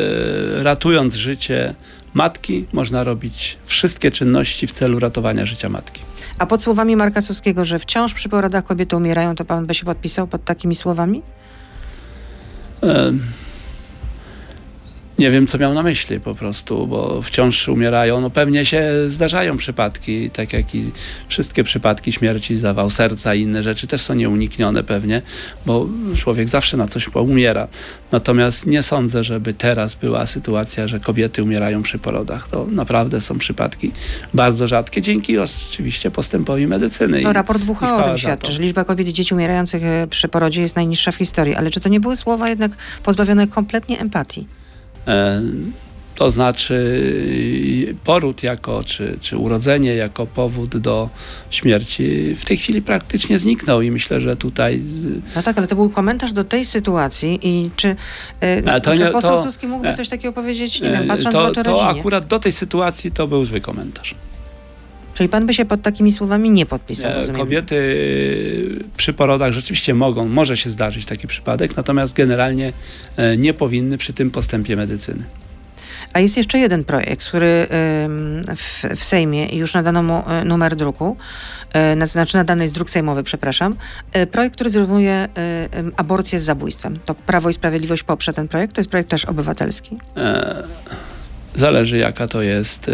C: Y, ratując życie matki, można robić wszystkie czynności w celu ratowania życia matki.
B: A pod słowami Marka Suskiego, że wciąż przy porodach kobiety umierają, to pan by się podpisał pod takimi słowami?
C: E, nie wiem, co miał na myśli po prostu, bo wciąż umierają. No pewnie się zdarzają przypadki, tak jak i wszystkie przypadki śmierci, zawał serca i inne rzeczy też są nieuniknione pewnie, bo człowiek zawsze na coś umiera. Natomiast nie sądzę, żeby teraz była sytuacja, że kobiety umierają przy porodach. To naprawdę są przypadki bardzo rzadkie, dzięki oczywiście postępowi medycyny.
B: No,
C: i,
B: raport W H O o tym świadczy, że liczba kobiet i dzieci umierających przy porodzie jest najniższa w historii. Ale czy to nie były słowa jednak pozbawione kompletnie empatii?
C: E, to znaczy poród jako, czy, czy urodzenie jako powód do śmierci w tej chwili praktycznie zniknął i myślę, że tutaj...
B: No tak, ale to był komentarz do tej sytuacji i czy e, to nie, poseł to, Suski mógłby e, coś takiego powiedzieć, nie wiem, patrząc
C: to,
B: w oczy
C: to
B: rodzinie?
C: akurat do tej sytuacji to był zły komentarz.
B: Czyli pan by się pod takimi słowami nie podpisał, rozumiem?
C: Kobiety przy porodach rzeczywiście mogą, może się zdarzyć taki przypadek, natomiast generalnie nie powinny przy tym postępie medycyny.
B: A jest jeszcze jeden projekt, który w, w Sejmie i już nadano mu numer druku, znaczy nadany jest druk sejmowy, przepraszam. Projekt, który zrównuje aborcję z zabójstwem. To Prawo i Sprawiedliwość poprze ten projekt? To jest projekt też obywatelski?
C: Zależy jaka to jest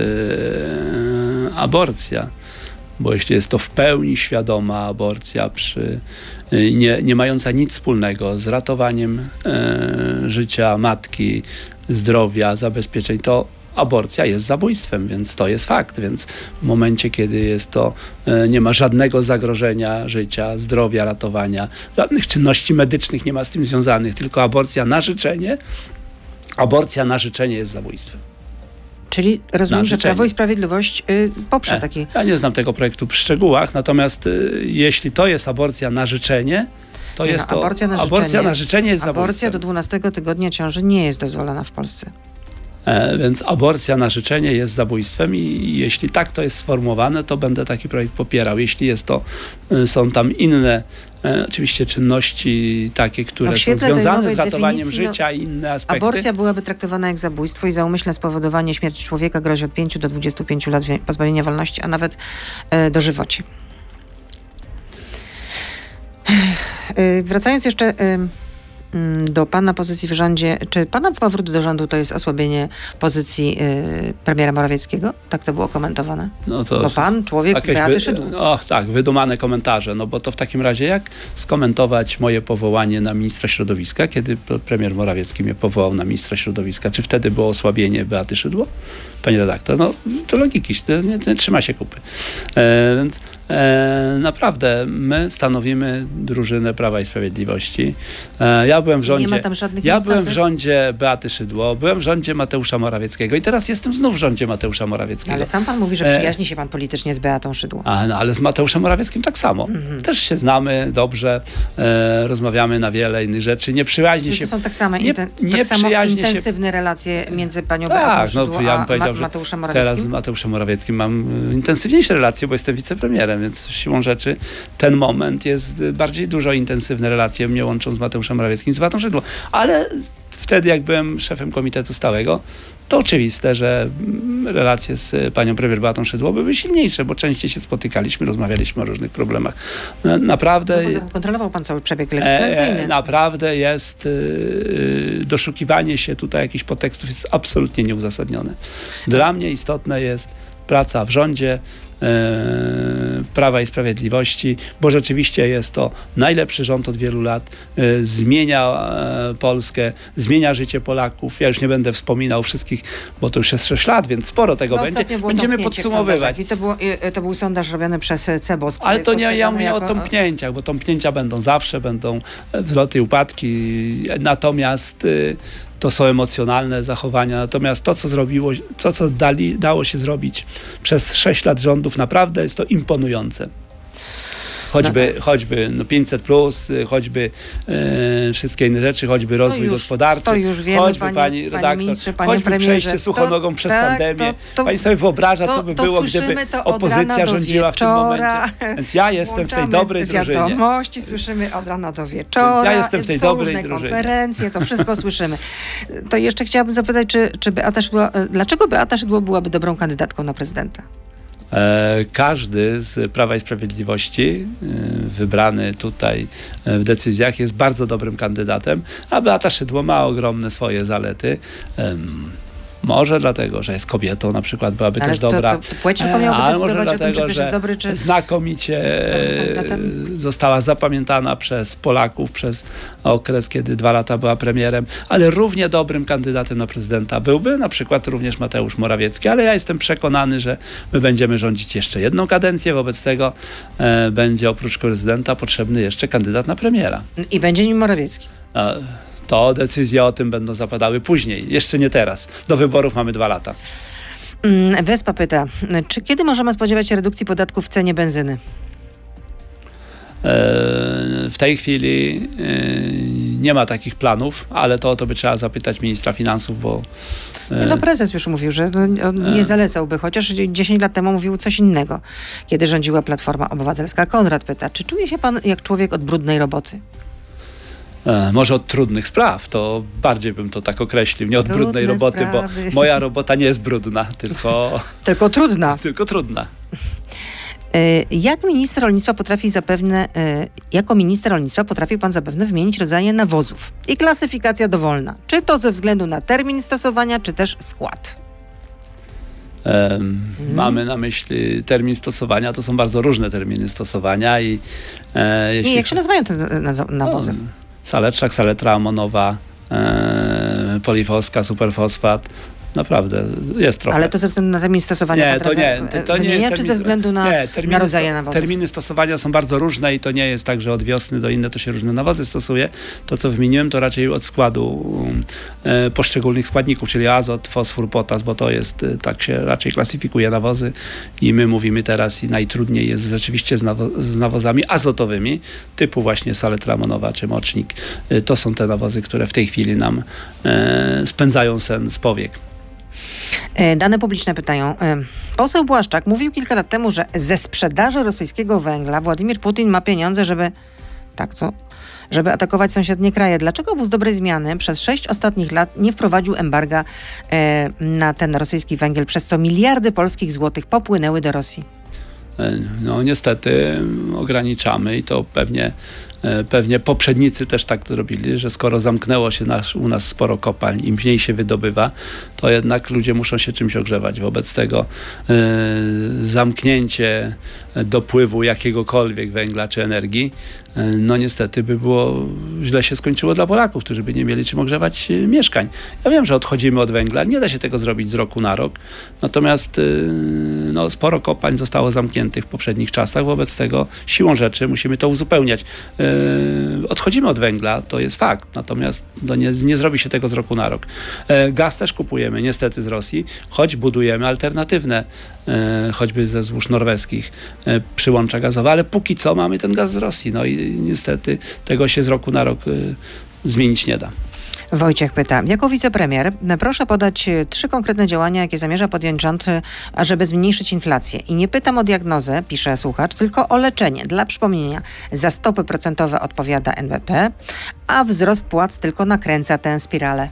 C: aborcja, bo jeśli jest to w pełni świadoma aborcja, przy, nie, nie mająca nic wspólnego z ratowaniem e, życia matki, zdrowia, zabezpieczeń, to aborcja jest zabójstwem, więc to jest fakt. Więc w momencie, kiedy jest to, e, nie ma żadnego zagrożenia życia, zdrowia, ratowania, żadnych czynności medycznych nie ma z tym związanych, tylko aborcja na życzenie, aborcja na życzenie jest zabójstwem.
B: Czyli rozumiem, że Prawo i Sprawiedliwość y, poprze
C: e,
B: taki...
C: Ja nie znam tego projektu w szczegółach, natomiast y, jeśli to jest aborcja na życzenie, to
B: nie
C: jest
B: no,
C: to...
B: Aborcja na
C: aborcja
B: życzenie,
C: na życzenie jest
B: aborcja
C: zabójstwem.
B: do dwunastego tygodnia ciąży nie jest dozwolona w Polsce.
C: E, więc aborcja na życzenie jest zabójstwem i jeśli tak to jest sformułowane, to będę taki projekt popierał. Jeśli jest to, są tam inne e, oczywiście czynności takie, które
B: no
C: są związane z ratowaniem życia
B: no,
C: i inne aspekty.
B: Aborcja byłaby traktowana jak zabójstwo i za umyślne spowodowanie śmierci człowieka grozi od pięciu do dwudziestu pięciu lat pozbawienia wolności, a nawet e, dożywocie. E, wracając jeszcze e, do pana pozycji w rządzie, czy pana powrót do rządu to jest osłabienie pozycji y, premiera Morawieckiego? Tak to było komentowane?
C: No to
B: bo pan, człowiek Beaty
C: wy,
B: Szydło.
C: No tak, wydumane komentarze, no bo to w takim razie jak skomentować moje powołanie na ministra środowiska, kiedy premier Morawiecki mnie powołał na ministra środowiska? Czy wtedy było osłabienie Beaty Szydło? Panie redaktor, no to logiki, to nie, nie trzyma się kupy. E, więc e, naprawdę my stanowimy drużynę Prawa i Sprawiedliwości. E, ja byłem w rządzie,
B: nie ma tam żadnych
C: ja byłem w
B: instansy?
C: rządzie Beaty Szydło, byłem w rządzie Mateusza Morawieckiego i teraz jestem znów w rządzie Mateusza Morawieckiego.
B: Ale sam pan mówi, że przyjaźni się pan politycznie z Beatą Szydło.
C: A, no, ale z Mateuszem Morawieckim tak samo. Mhm. Też się znamy dobrze, e, rozmawiamy na wiele innych rzeczy. Nie przyjaźni
B: Czyli
C: się...
B: to są tak, same,
C: nie,
B: inten,
C: nie
B: tak samo
C: intensywne
B: się... relacje między panią
C: tak,
B: Beatą
C: no,
B: Szydło
C: ja bym
B: a
C: powiedział,
B: Ma- Mateuszem Morawieckim?
C: Teraz z Mateuszem Morawieckim mam intensywniejsze relacje, bo jestem wicepremierem, więc siłą rzeczy ten moment jest bardziej dużo intensywne relacje mnie łączą z Mateuszem Morawieckim, z Beatą Szydło. Ale wtedy, jak byłem szefem Komitetu Stałego, to oczywiste, że relacje z panią premier Beatą Szydło były silniejsze, bo częściej się spotykaliśmy, rozmawialiśmy o różnych problemach. Naprawdę...
B: No, kontrolował pan cały przebieg legislacyjny.
C: E, naprawdę jest e, doszukiwanie się tutaj jakichś podtekstów jest absolutnie nieuzasadnione. Dla mnie istotne jest praca w rządzie, Prawa i Sprawiedliwości, bo rzeczywiście jest to najlepszy rząd od wielu lat, zmienia Polskę, zmienia życie Polaków. Ja już nie będę wspominał wszystkich, bo to już jest sześć lat, więc sporo tego
B: no,
C: będzie. Będziemy podsumowywać.
B: I to, było, to był sondaż robiony przez C B O S.
C: Ale to nie, ja mówię jako... o tąpnięciach, bo tąpnięcia będą zawsze, będą wzloty i upadki, natomiast to są emocjonalne zachowania. Natomiast to, co zrobiło, to, co dali, dało się zrobić przez sześć lat rządów, naprawdę jest to imponujące. Choćby, no. choćby no pięćset plus, choćby e, wszystkie inne rzeczy, choćby rozwój
B: już,
C: gospodarczy,
B: to już wiemy,
C: choćby
B: pani,
C: pani redaktor,
B: ministrze,
C: choćby
B: premierze,
C: przejście suchonogą
B: to,
C: przez
B: tak,
C: pandemię.
B: To, to,
C: pani sobie wyobraża,
B: to,
C: co by
B: to
C: było, gdyby opozycja rządziła w tym momencie. Więc ja jestem w tej dobrej drużynie.
B: Wiadomości słyszymy od rana do wieczora.
C: Więc ja jestem w tej
B: są
C: dobrej
B: różne
C: drużynie.
B: konferencje, to wszystko słyszymy. To jeszcze chciałabym zapytać, czy, czy Beata Szydło, dlaczego Beata Szydło byłaby dobrą kandydatką na prezydenta?
C: Każdy z Prawa i Sprawiedliwości, wybrany tutaj w decyzjach, jest bardzo dobrym kandydatem, a Beata Szydło ma ogromne swoje zalety. Może dlatego, że jest kobietą, na przykład byłaby
B: ale
C: też
B: to,
C: dobra.
B: To, to płeć tylko miałby
C: ale może
B: dlatego,
C: dlatego,
B: o tym, czy
C: że
B: jest dobry, czy...
C: znakomicie została zapamiętana przez Polaków przez okres, kiedy dwa lata była premierem, ale równie dobrym kandydatem na prezydenta byłby na przykład również Mateusz Morawiecki, ale ja jestem przekonany, że my będziemy rządzić jeszcze jedną kadencję, wobec tego e, będzie oprócz prezydenta potrzebny jeszcze kandydat na premiera.
B: I będzie nim Morawiecki.
C: A, to decyzje o tym będą zapadały później, jeszcze nie teraz. Do wyborów mamy dwa lata.
B: Wespa pyta, czy kiedy możemy spodziewać się redukcji podatków w cenie benzyny?
C: W tej chwili nie ma takich planów, ale to o to by trzeba zapytać ministra finansów, bo...
B: No prezes już mówił, że nie zalecałby, chociaż dziesięć lat temu mówił coś innego, kiedy rządziła Platforma Obywatelska. Konrad pyta, czy czuje się pan jak człowiek od brudnej roboty?
C: E, może od trudnych spraw, to bardziej bym to tak określił, nie od
B: Trudne
C: brudnej roboty,
B: sprawy.
C: Bo moja robota nie jest brudna, tylko...
B: tylko trudna.
C: Tylko trudna.
B: Jak minister rolnictwa potrafi zapewne, jako minister rolnictwa potrafił pan zapewne wymienić rodzaje nawozów i klasyfikacja dowolna? Czy to ze względu na termin stosowania, czy też skład?
C: Um, hmm. Mamy na myśli termin stosowania, to są bardzo różne terminy stosowania i e, jeśli...
B: I jak się nazywają te nawozy?
C: No, saletrza, ksaletra amonowa, e, polifoska, superfosfat. Naprawdę, jest trochę.
B: Ale to ze względu na termin stosowania?
C: Nie, to nie. To nie jest
B: czy
C: termin,
B: ze względu na,
C: nie, terminy,
B: na rodzaje nawozów?
C: Terminy stosowania są bardzo różne i to nie jest tak, że od wiosny do inne to się różne nawozy stosuje. To, co wymieniłem, to raczej od składu e, poszczególnych składników, czyli azot, fosfor, potas, bo to jest, e, tak się raczej klasyfikuje nawozy i my mówimy teraz i najtrudniej jest rzeczywiście z, nawo- z nawozami azotowymi, typu właśnie saletra amonowa czy mocznik. E, to są te nawozy, które w tej chwili nam e, spędzają sen z powiek.
B: Dane publiczne pytają. Poseł Błaszczak mówił kilka lat temu, że ze sprzedaży rosyjskiego węgla Władimir Putin ma pieniądze, żeby tak to, żeby atakować sąsiednie kraje. Dlaczego obóz Dobrej Zmiany przez sześć ostatnich lat nie wprowadził embarga e, na ten rosyjski węgiel, przez co miliardy polskich złotych popłynęły do Rosji?
C: No niestety ograniczamy i to pewnie Pewnie poprzednicy też tak zrobili, że skoro zamknęło się nasz, u nas sporo kopalń i mniej się wydobywa, to jednak ludzie muszą się czymś ogrzewać. Wobec tego y, zamknięcie dopływu jakiegokolwiek węgla czy energii, y, no niestety by było, źle się skończyło dla Polaków, którzy by nie mieli czym ogrzewać y, mieszkań. Ja wiem, że odchodzimy od węgla, nie da się tego zrobić z roku na rok, natomiast y, no, sporo kopalń zostało zamkniętych w poprzednich czasach, wobec tego siłą rzeczy musimy to uzupełniać. Y, Odchodzimy od węgla, to jest fakt, natomiast no nie, nie zrobi się tego z roku na rok. E, gaz też kupujemy niestety z Rosji, choć budujemy alternatywne, e, choćby ze złóż norweskich e, przyłącza gazowe, ale póki co mamy ten gaz z Rosji, no i niestety tego się z roku na rok e, zmienić nie da.
B: Wojciech pyta, jako wicepremier proszę podać trzy konkretne działania, jakie zamierza podjąć rząd, ażeby zmniejszyć inflację. I nie pytam o diagnozę, pisze słuchacz, tylko o leczenie. Dla przypomnienia, za stopy procentowe odpowiada N B P, a wzrost płac tylko nakręca tę spiralę.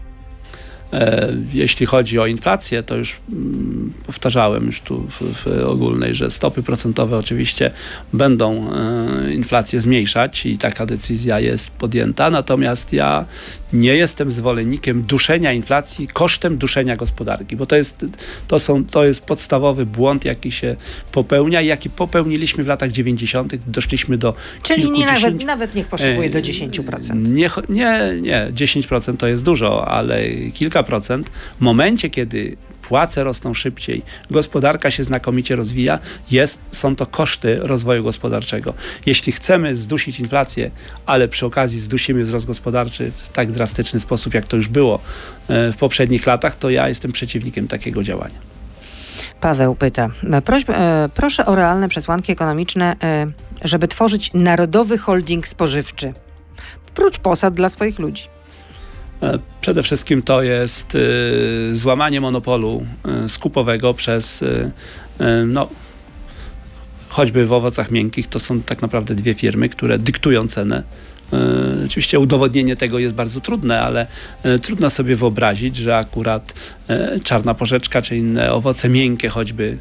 C: Jeśli chodzi o inflację, to już mm, powtarzałem już tu w, w ogólnej, że stopy procentowe oczywiście będą e, inflację zmniejszać i taka decyzja jest podjęta, natomiast ja nie jestem zwolennikiem duszenia inflacji kosztem duszenia gospodarki, bo to jest, to są, to jest podstawowy błąd, jaki się popełnia i jaki popełniliśmy w latach dziewięćdziesiątych. Doszliśmy do
B: Czyli nie nawet, nawet niech poszukuje do dziesięć procent.
C: Nie, nie, nie, dziesięć procent to jest dużo, ale kilka procent. W momencie, kiedy płace rosną szybciej, gospodarka się znakomicie rozwija, jest, są to koszty rozwoju gospodarczego. Jeśli chcemy zdusić inflację, ale przy okazji zdusimy wzrost gospodarczy w tak drastyczny sposób, jak to już było w poprzednich latach, to ja jestem przeciwnikiem takiego działania.
B: Paweł pyta, Proś, e, proszę o realne przesłanki ekonomiczne, e, żeby tworzyć narodowy holding spożywczy, prócz posad dla swoich ludzi.
C: Przede wszystkim to jest y, złamanie monopolu y, skupowego przez, y, y, no, choćby w owocach miękkich, to są tak naprawdę dwie firmy, które dyktują cenę. Y, oczywiście udowodnienie tego jest bardzo trudne, ale y, trudno sobie wyobrazić, że akurat y, czarna porzeczka czy inne owoce miękkie choćby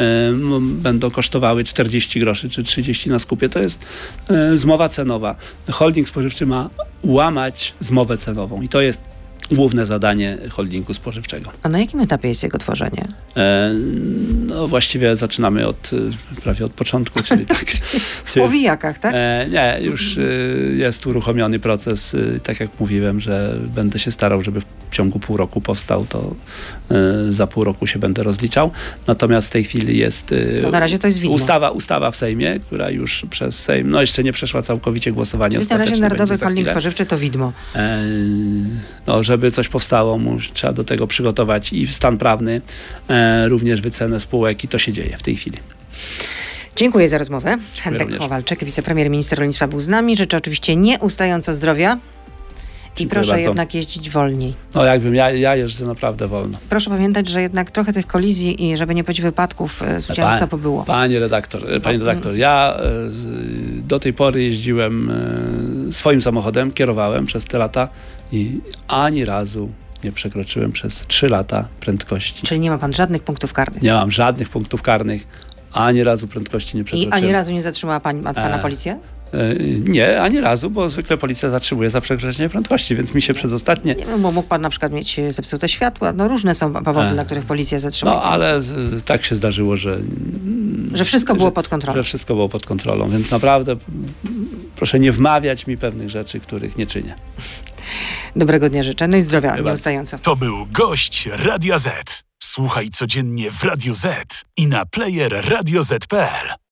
C: będą kosztowały czterdzieści groszy czy trzydzieści na skupie. To jest zmowa cenowa. Holding spożywczy ma łamać zmowę cenową i to jest główne zadanie holdingu spożywczego.
B: A na jakim etapie jest jego tworzenie?
C: E, no właściwie zaczynamy od prawie od początku, czyli tak.
B: W powijakach, tak?
C: E, nie, już e, jest uruchomiony proces. E, tak jak mówiłem, że będę się starał, żeby w ciągu pół roku powstał, to e, za pół roku się będę rozliczał. Natomiast w tej chwili jest e,
B: no na razie to jest widmo.
C: ustawa, ustawa w Sejmie, która już przez Sejm, no jeszcze nie przeszła całkowicie głosowanie.
B: Czyli na razie Narodowy Holding Spożywczy to widmo.
C: E, no, żeby Żeby coś powstało, trzeba do tego przygotować i stan prawny, e, również wycenę spółek i to się dzieje w tej chwili.
B: Dziękuję za rozmowę. Henryk Kowalczyk, wicepremier, minister rolnictwa, był z nami. Życzę oczywiście nieustająco zdrowia i
C: Dziękuję
B: proszę
C: bardzo.
B: jednak jeździć wolniej.
C: No jakbym, ja, ja jeżdżę naprawdę wolno.
B: Proszę pamiętać, że jednak trochę tych kolizji i żeby nie powiedzieć wypadków z udziałem S O P-u było.
C: Panie redaktor, panie redaktor, ja e, do tej pory jeździłem e, swoim samochodem, kierowałem przez te lata i ani razu nie przekroczyłem przez trzy lata prędkości.
B: Czyli nie ma pan żadnych punktów karnych?
C: Nie mam żadnych punktów karnych, ani razu prędkości nie przekroczyłem.
B: I ani razu nie zatrzymała pani, pana
C: e,
B: policja?
C: e, nie, ani razu, bo zwykle policja zatrzymuje za przekroczenie prędkości, więc mi się przez ostatnie...
B: Nie wiem, bo mógł pan na przykład mieć zepsute światła. No różne są powody, e, dla których policja zatrzymuje.
C: No ale z, tak się zdarzyło, że...
B: Że wszystko było
C: że,
B: pod kontrolą.
C: Że wszystko było pod kontrolą, więc naprawdę proszę nie wmawiać mi pewnych rzeczy, których nie czynię.
B: Dobrego dnia życzę, no i zdrowia nieustająco.
D: To był gość Radia Z. Słuchaj codziennie w Radio Z i na player radio zet kropka pe el.